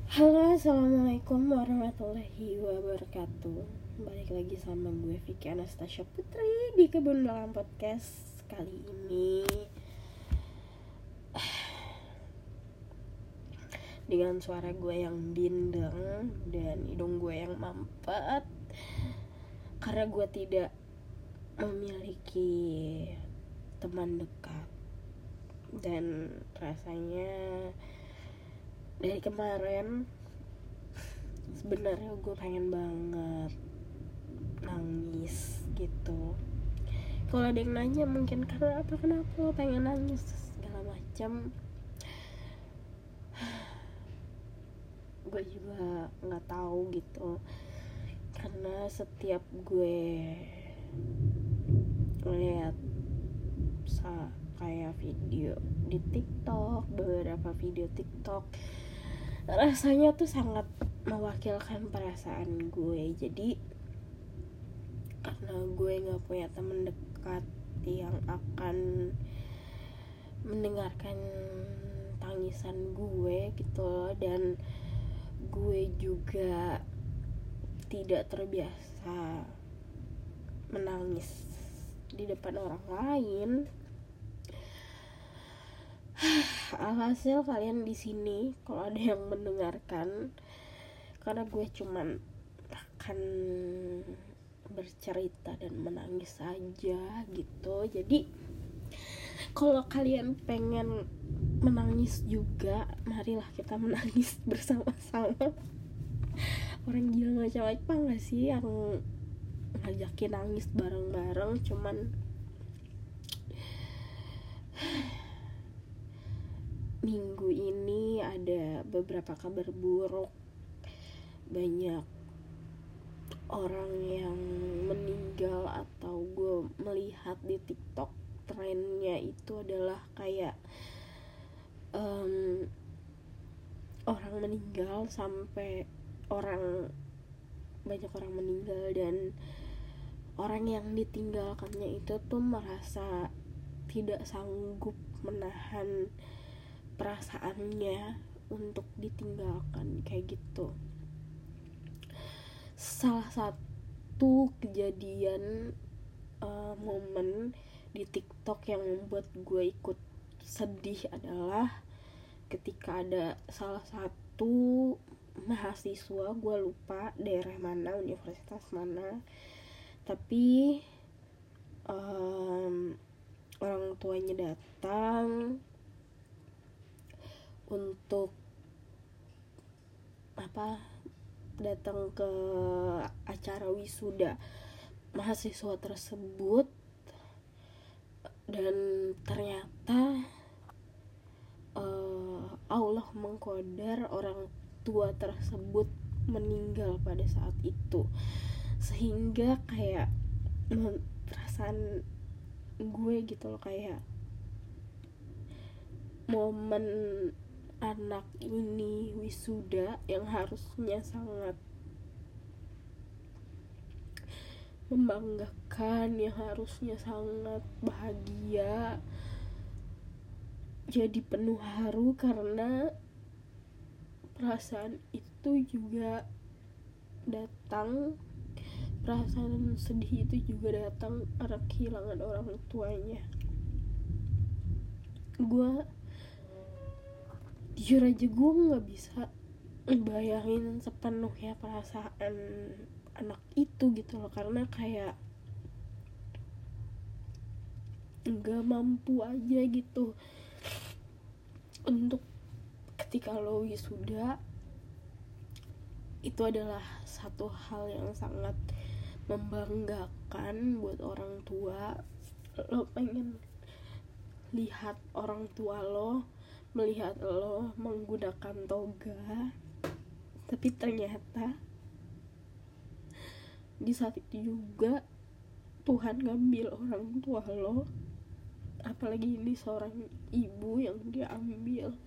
Halo, assalamualaikum warahmatullahi wabarakatuh. Balik lagi sama gue Vicky Anastasia Putri di Kebun Dalam Podcast. Kali ini dengan suara gue yang bindeng dan hidung gue yang mampet, karena gue tidak memiliki teman dekat. Dan rasanya dari kemarin sebenarnya gue pengen banget nangis gitu. Kalau ada yang nanya mungkin kenapa lo pengen nangis segala macam, gue juga nggak tahu gitu. Karena setiap gue ngeliat kayak video di TikTok, beberapa video TikTok, rasanya tuh sangat mewakilkan perasaan gue. Jadi karena gue gak punya temen dekat yang akan mendengarkan tangisan gue gitu loh, dan gue juga tidak terbiasa menangis di depan orang lain. Alhasil kalian di sini kalau ada yang mendengarkan, karena gue cuman akan bercerita dan menangis aja gitu. Jadi kalau kalian pengen menangis juga, marilah kita menangis bersama-sama. Orang gila macam apa nggak sih yang ngajakin nangis bareng-bareng? Cuman minggu ini ada beberapa kabar buruk. Banyak orang yang meninggal, atau gue melihat di TikTok trennya itu adalah kayak orang meninggal, sampai banyak orang meninggal, dan orang yang ditinggalkannya itu tuh merasa tidak sanggup menahan perasaannya untuk ditinggalkan kayak gitu. Salah satu kejadian momen di TikTok yang membuat gue ikut sedih adalah ketika ada salah satu mahasiswa, gue lupa daerah mana, universitas mana, tapi orang tuanya datang untuk datang ke acara wisuda mahasiswa tersebut, dan ternyata Allah mengqadar orang tua tersebut meninggal pada saat itu. Sehingga kayak perasaan gue gitu loh, kayak momen anak ini wisuda yang harusnya sangat membanggakan, yang harusnya sangat bahagia, jadi penuh haru karena perasaan itu juga datang, perasaan sedih itu juga datang karena kehilangan orang tuanya. Gue jujur aja, gue nggak bisa bayangin sepenuhnya perasaan anak itu gitu loh, karena kayak nggak mampu aja gitu untuk ketika lo wisuda. Itu adalah satu hal yang sangat membanggakan buat orang tua. Lo pengen lihat orang tua lo melihat lo menggunakan toga, tapi ternyata di saat itu juga Tuhan ngambil orang tua lo. Apalagi ini seorang ibu yang dia ambil.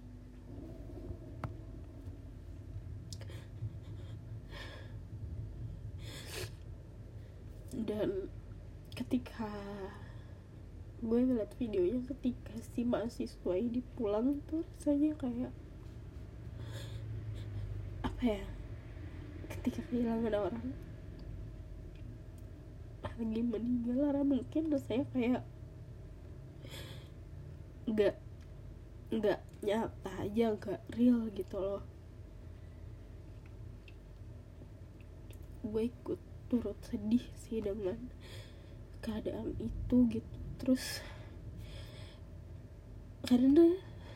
Dan ketika gue ngeliat videonya ketika si mahasiswa ini pulang tuh rasanya kayak apa ya, ketika kehilangan orang lagi meninggal, karena mungkin saya kayak nggak nyata aja, nggak real gitu loh. Gue ikut turut sedih sih dengan keadaan itu gitu. Terus karena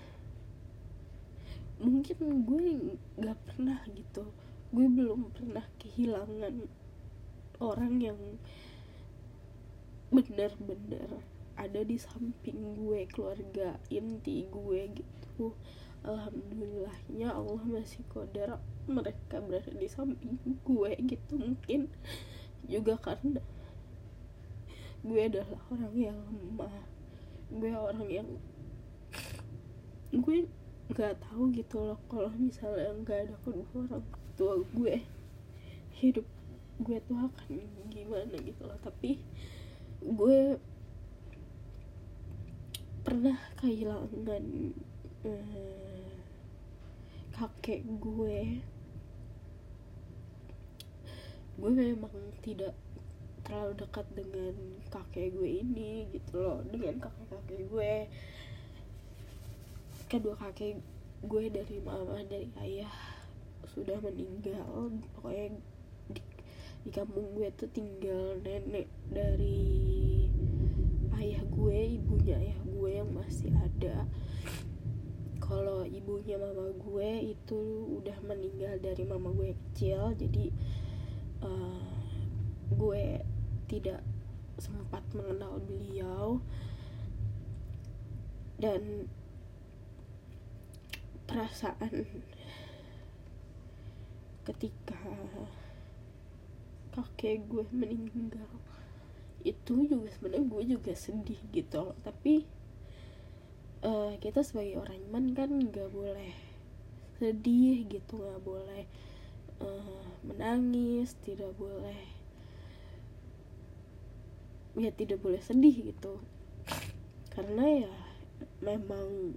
mungkin gue nggak pernah gitu, gue belum pernah kehilangan orang yang benar-benar ada di samping gue, keluarga inti gue gitu. Alhamdulillahnya Allah masih qadar mereka berada di samping gue gitu. Mungkin juga karena gue adalah orang yang lemah, gue orang yang gue nggak tahu gitu loh kalau misalnya nggak ada kedua orang tua gue, hidup gue tuh akan gimana gitu loh. Tapi gue pernah kehilangan kakek gue memang tidak terlalu dekat dengan kakek gue ini gitu loh, dengan kakek gue. Kedua kakek gue dari mama, dari ayah sudah meninggal. Pokoknya di kampung gue tuh tinggal nenek dari ayah gue, ibunya ayah gue yang masih ada. Kalau ibunya mama gue itu udah meninggal dari mama gue kecil, jadi gue tidak sempat mengenal beliau. Dan perasaan ketika kakek gue meninggal itu juga sebenarnya gue juga sedih gitu loh. Tapi kita sebagai orang iman kan nggak boleh sedih gitu, nggak boleh menangis, tidak boleh sedih gitu, karena ya memang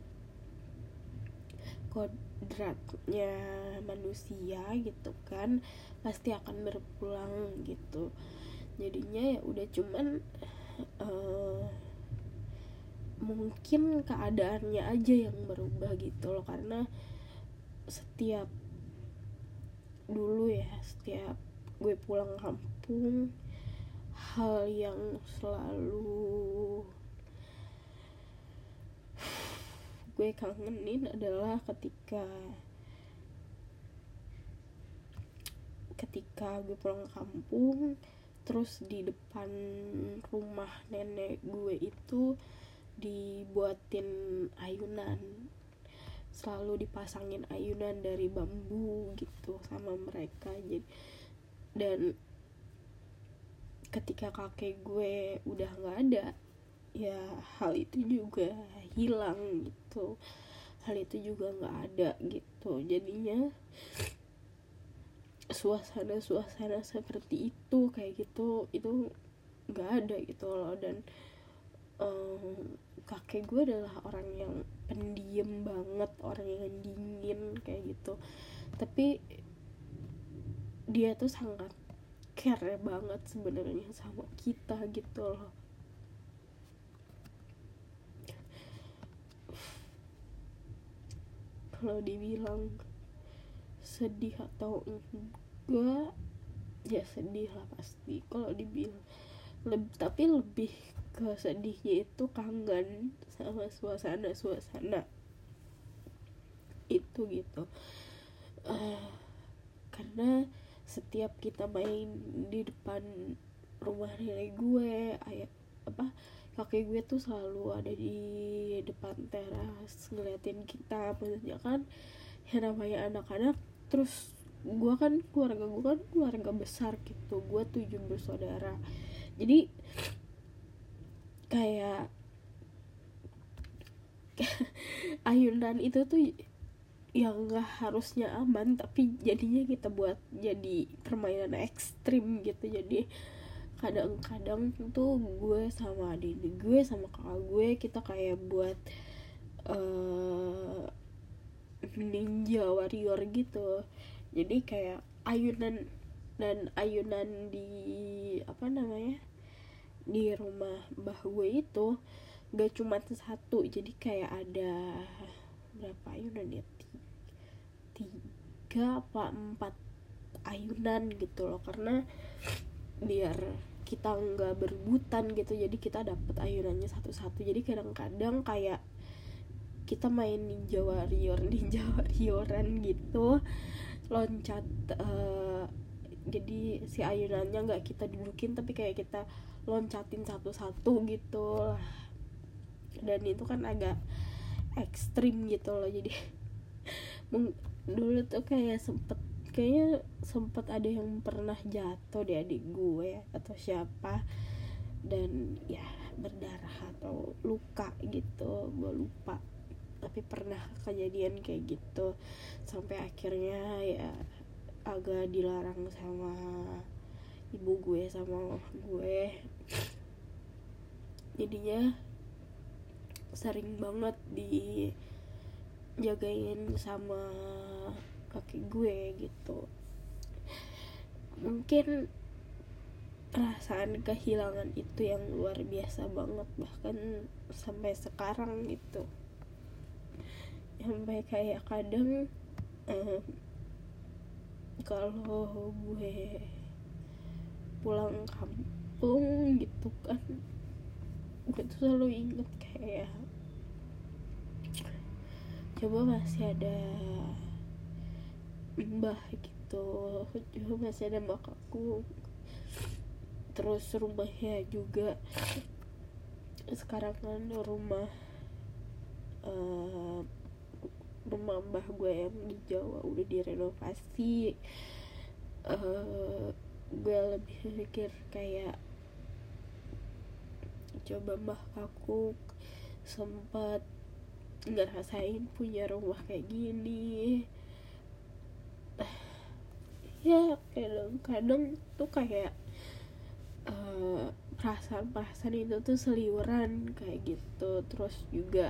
kodratnya manusia gitu kan, pasti akan berpulang gitu. Jadinya ya udah, cuman mungkin keadaannya aja yang berubah gitu loh. Karena setiap gue pulang kampung, hal yang selalu gue kangenin adalah ketika gue pulang kampung, terus di depan rumah nenek gue itu dibuatin ayunan, selalu dipasangin ayunan dari bambu gitu sama mereka. Jadi, dan ketika kakek gue udah nggak ada, ya hal itu juga hilang gitu, hal itu juga nggak ada gitu. Jadinya suasana seperti itu, kayak gitu, itu nggak ada gitu loh. Dan kakek gue adalah orang yang pendiam banget, orang yang dingin kayak gitu, tapi dia tuh sangat care banget sebenarnya sama kita gitu loh. Kalau dibilang sedih atau enggak, ya sedih lah pasti. Kalau dibilang tapi lebih ke sedihnya itu kangen sama suasana itu gitu. Karena setiap kita main di depan rumah nenek gue, kakek gue tuh selalu ada di depan teras ngeliatin kita. Maksudnya kan ya namanya anak-anak, terus keluarga gue kan keluarga besar gitu, gue 7 bersaudara. Jadi kayak ayunan itu tuh yang gak harusnya aman, tapi jadinya kita buat jadi permainan ekstrim gitu. Jadi kadang-kadang tuh gue sama adik gue sama kakak gue, kita kayak buat ninja warrior gitu. Jadi kayak ayunan di di rumah mbah gue itu gak cuma satu, jadi kayak ada berapa ayunan ya, 3 apa 4 ayunan gitu loh, karena biar kita nggak berebutan gitu, jadi kita dapat ayunannya satu-satu. Jadi kadang-kadang kayak kita main ninja warrioran gitu, loncat, jadi si ayunannya nggak kita dudukin tapi kayak kita loncatin satu-satu gitu lah, dan itu kan agak ekstrim gitu loh. Jadi dulu tuh kayaknya sempet ada yang pernah jatuh di adik gue atau siapa, dan ya berdarah atau luka gitu, gue lupa, tapi pernah kejadian kayak gitu sampai akhirnya ya agak dilarang sama ibu gue sama gue. Jadinya sering banget dijagain sama kakek gue gitu. Mungkin perasaan kehilangan itu yang luar biasa banget, bahkan sampai sekarang gitu, sampai kayak kadang kalau gue pulang kampung gitu kan, gue tuh selalu inget kayak coba masih ada mbah gitu, coba masih ada mbak aku, terus rumahnya juga sekarang kan rumah mbah gue yang di Jawa udah direnovasi. Gue lebih mikir kayak coba mbah aku sempat ngerasain punya rumah kayak gini. Ya kadang-kadang tuh kayak perasaan itu tuh seliuran kayak gitu. Terus juga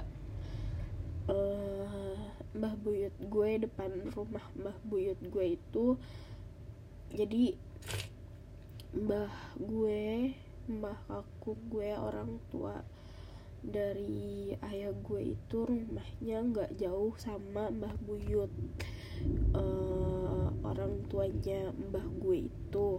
mbah buyut gue, depan rumah mbah buyut gue itu, jadi mbah aku gue, orang tua dari ayah gue itu rumahnya nggak jauh sama mbah buyut, orang tuanya mbah gue itu.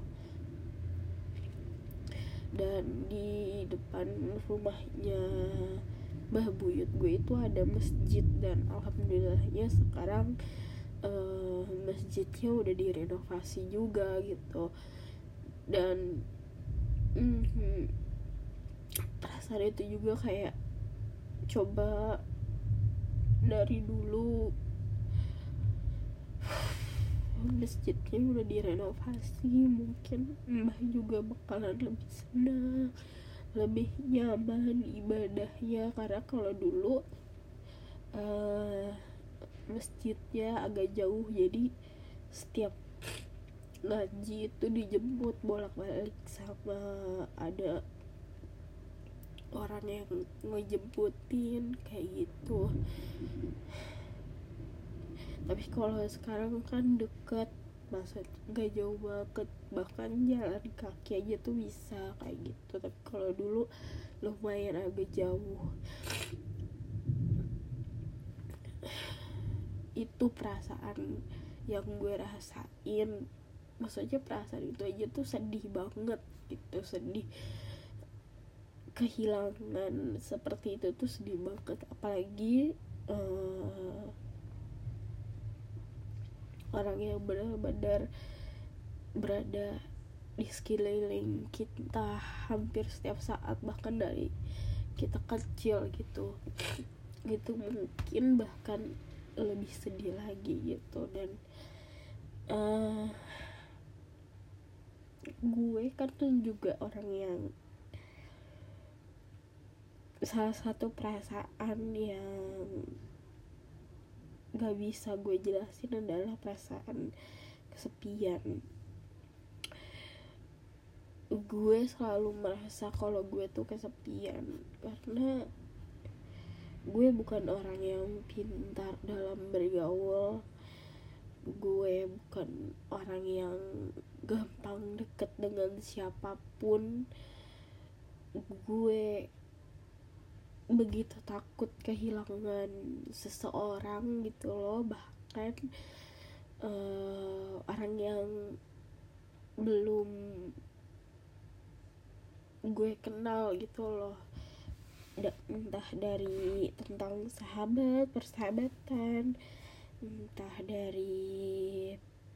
Dan di depan rumahnya mbah buyut gue itu ada masjid, dan alhamdulillahnya sekarang masjidnya udah direnovasi juga gitu. Dan perasaan itu juga kayak coba dari dulu masjidnya udah direnovasi, mungkin mbah juga bakalan lebih senang, lebih nyaman ibadahnya. Karena kalau dulu masjidnya agak jauh, jadi setiap ngaji itu dijemput bolak-balik sama ada orang yang ngejemputin kayak gitu. Tapi kalau sekarang kan deket, maksud gak jauh banget, bahkan jalan kaki aja tuh bisa kayak gitu. Tapi kalau dulu lumayan agak jauh. Itu perasaan yang gue rasain, maksudnya perasaan itu aja tuh sedih banget gitu, sedih. Kehilangan seperti itu tuh sedih banget, apalagi orang yang benar-benar berada di sekeliling kita hampir setiap saat, bahkan dari kita kecil gitu, mungkin bahkan lebih sedih lagi gitu. Dan gue kan tuh juga orang yang, salah satu perasaan yang gak bisa gue jelasin adalah perasaan kesepian. Gue selalu merasa kalau gue tuh kesepian karena gue bukan orang yang pintar dalam bergaul. Gue gue bukan orang yang gampang deket dengan siapapun. Gue begitu takut kehilangan seseorang gitu loh, bahkan orang yang belum gue kenal gitu loh, entah dari tentang persahabatan, entah dari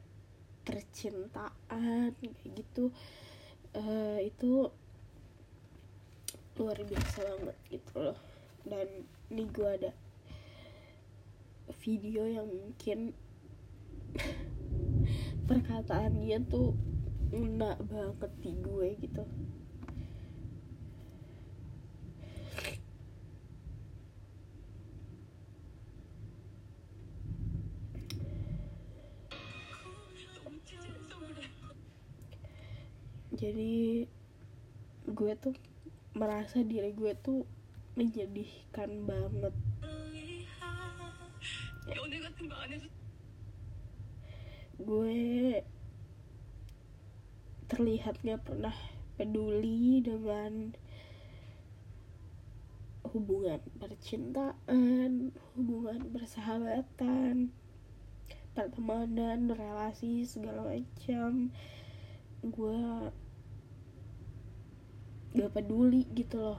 percintaan kayak gitu. Itu luar biasa banget gitu loh. Dan ini gue ada video yang mungkin perkataannya tuh ngena banget di gue gitu. Jadi gue tuh merasa diri gue tuh menyedihkan banget. Gue terlihatnya pernah peduli dengan hubungan percintaan, hubungan persahabatan, pertemanan, relasi, segala macam. Gue gak peduli gitu loh.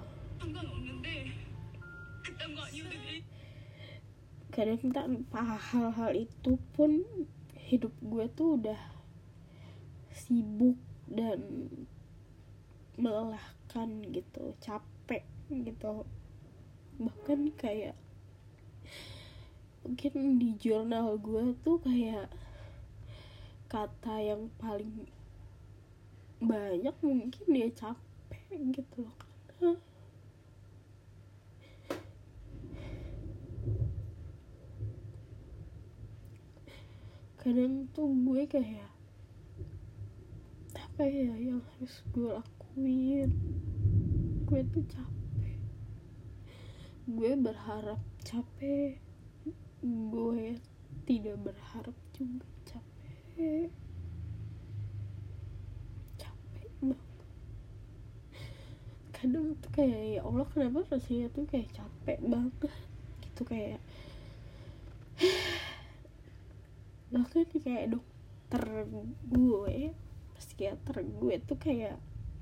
Kadang tanpa hal-hal itu pun hidup gue tuh udah sibuk dan melelahkan gitu, capek gitu. Bahkan kayak mungkin di jurnal gue tuh kayak kata yang paling banyak mungkin dia capek gitu loh, karena kadang tuh gue kayak apa ya yang harus gue lakuin. Gue tuh capek, gue berharap capek, gue tidak berharap juga capek banget. Kadang tuh kayak ya Allah, kenapa rasanya tuh kayak capek banget gitu, kayak bahkan kayak dokter gue, psikiater gue tuh kayak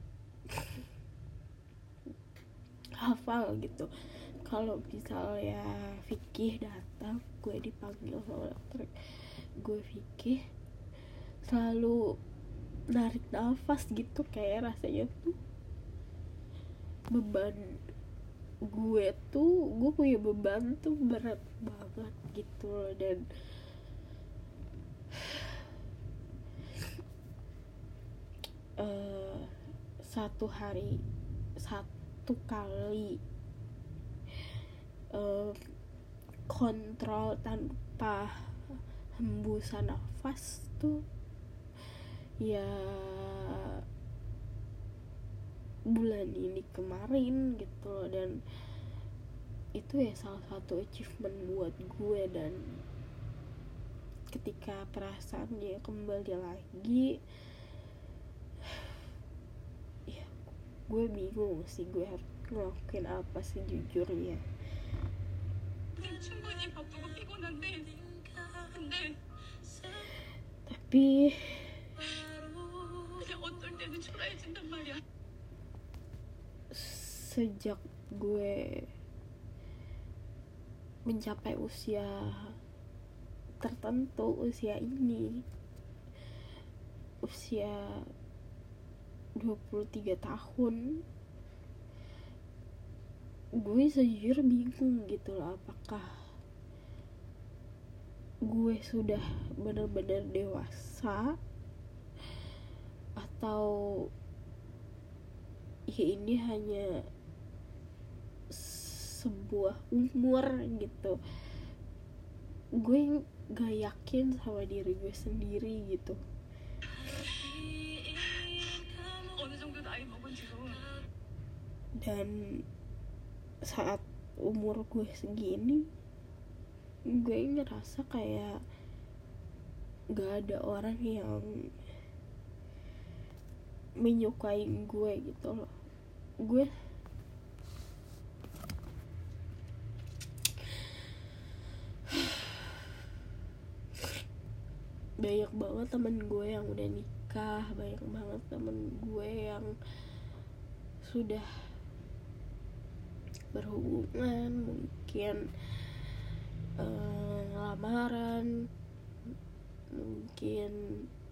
hafal gitu. Kalau misalnya Fikih datang, gue dipanggil sama dokter gue Fikih, selalu narik nafas gitu, kayak rasanya tuh beban gue punya beban tuh berat banget gitu loh. Dan satu kali kontrol tanpa hembusan nafas tuh ya bulan ini kemarin gitu loh. Dan itu ya salah satu achievement buat gue. Dan ketika perasaannya kembali lagi, ya gue bingung sih gue harus ngelakuin apa sejujurnya. Tapi sejak gue mencapai usia tertentu, usia 23 tahun, gue sejujurnya bingung gitu loh, apakah gue sudah benar-benar dewasa atau ya ini hanya sebuah umur gitu. Gue gak yakin sama diri gue sendiri gitu. Dan saat umur gue segini, gue ngerasa kayak gak ada orang yang menyukai gue gitu loh. Gue banyak banget temen gue yang udah nikah, banyak banget temen gue yang sudah berhubungan, mungkin lamaran, mungkin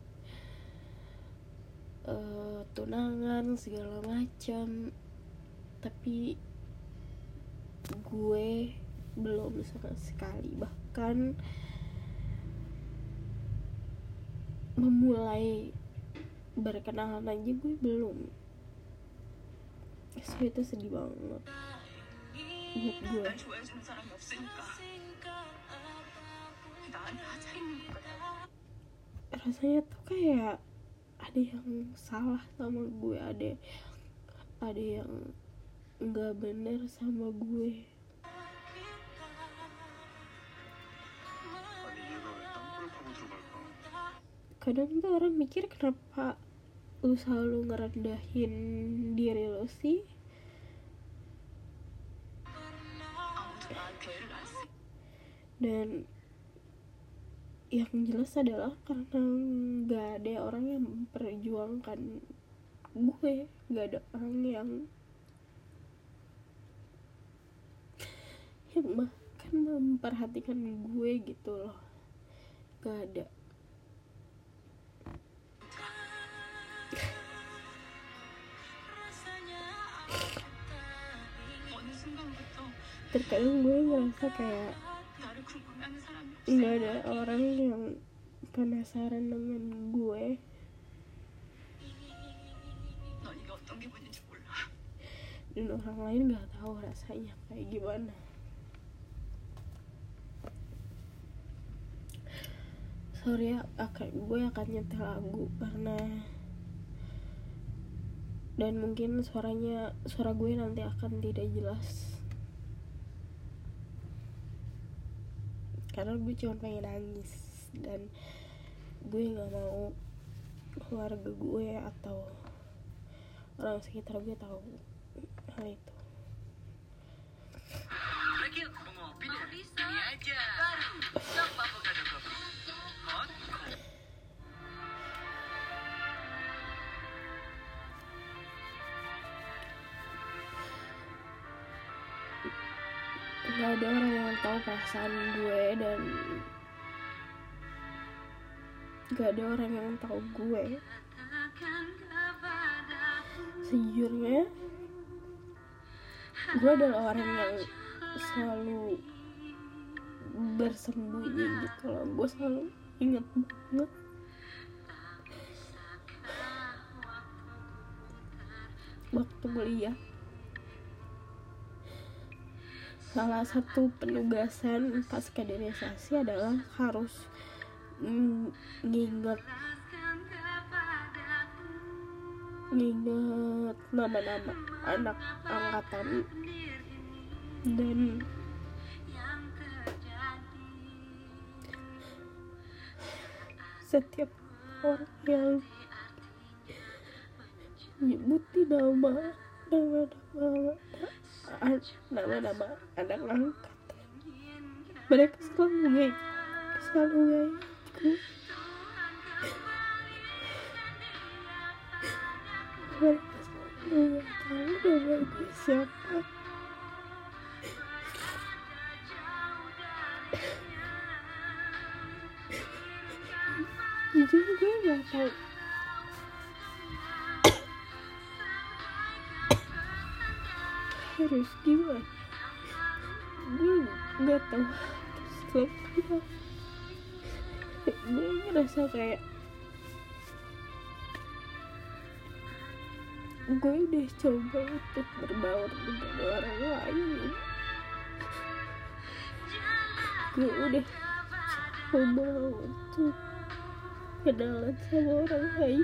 tunangan segala macam, tapi gue belum sama sekali, bahkan memulai berkenalan aja gue belum. So, itu sedih banget buat gue. Rasanya tuh kayak ada yang salah sama gue, ada yang nggak bener sama gue. Kadang tuh orang mikir, kenapa lu selalu ngerendahin diri lu sih? Dan yang jelas adalah karena gak ada orang yang memperjuangkan gue, gak ada orang yang bahkan memperhatikan gue gitu loh, gak ada. Terkadang gue ngerasa kayak nggak ada orang yang penasaran dengan gue, dan orang lain nggak tahu rasanya kayak gimana. Sorry ya, gue akan nyetel lagu karena, dan mungkin suara gue nanti akan tidak jelas karena gue cuma pengen nangis, dan gue nggak mau keluarga gue atau orang sekitar gue tahu hal itu. Gak ada orang yang tahu perasaan gue, dan gak ada orang yang tahu gue. Sejujurnya gue adalah orang yang selalu bersembunyi gitu loh. Gue selalu ingat banget waktu kuliah, salah satu penugasan pas kaderisasi adalah harus nginget nama-nama anak angkatan, dan setiap orang yang nyebutin nama anak angkatan, mereka selalu ngejekku. Mereka selalu tahu nama gue siapa. Jujur gue gak tahu harus gimana. Gue gak tahu harus lakukan. Gue ngerasa kayak gue udah coba untuk berbaur dengan orang lain, gue udah coba untuk kenalan sama orang lain,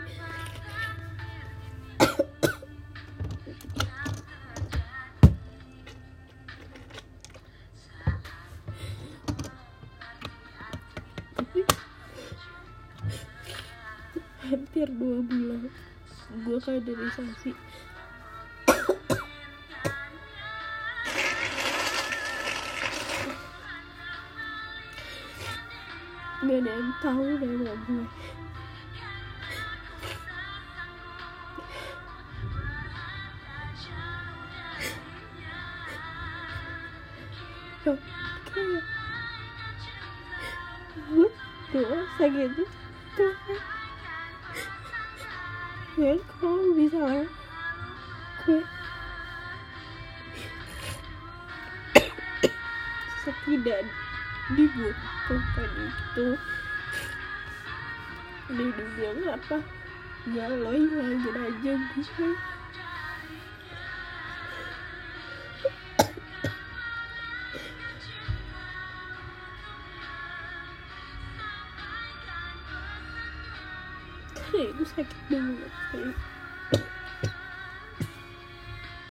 tapi hampir 2 bulan gue kaderisasi. Gak ada yang tahu nama gue. Kayak gue dosa gitu Tuhan. Dan kalau bisa gue tidak dibutuhkan itu. Dia bilang apa? Ya lo hilangin aja gue. Karena itu sakit banget.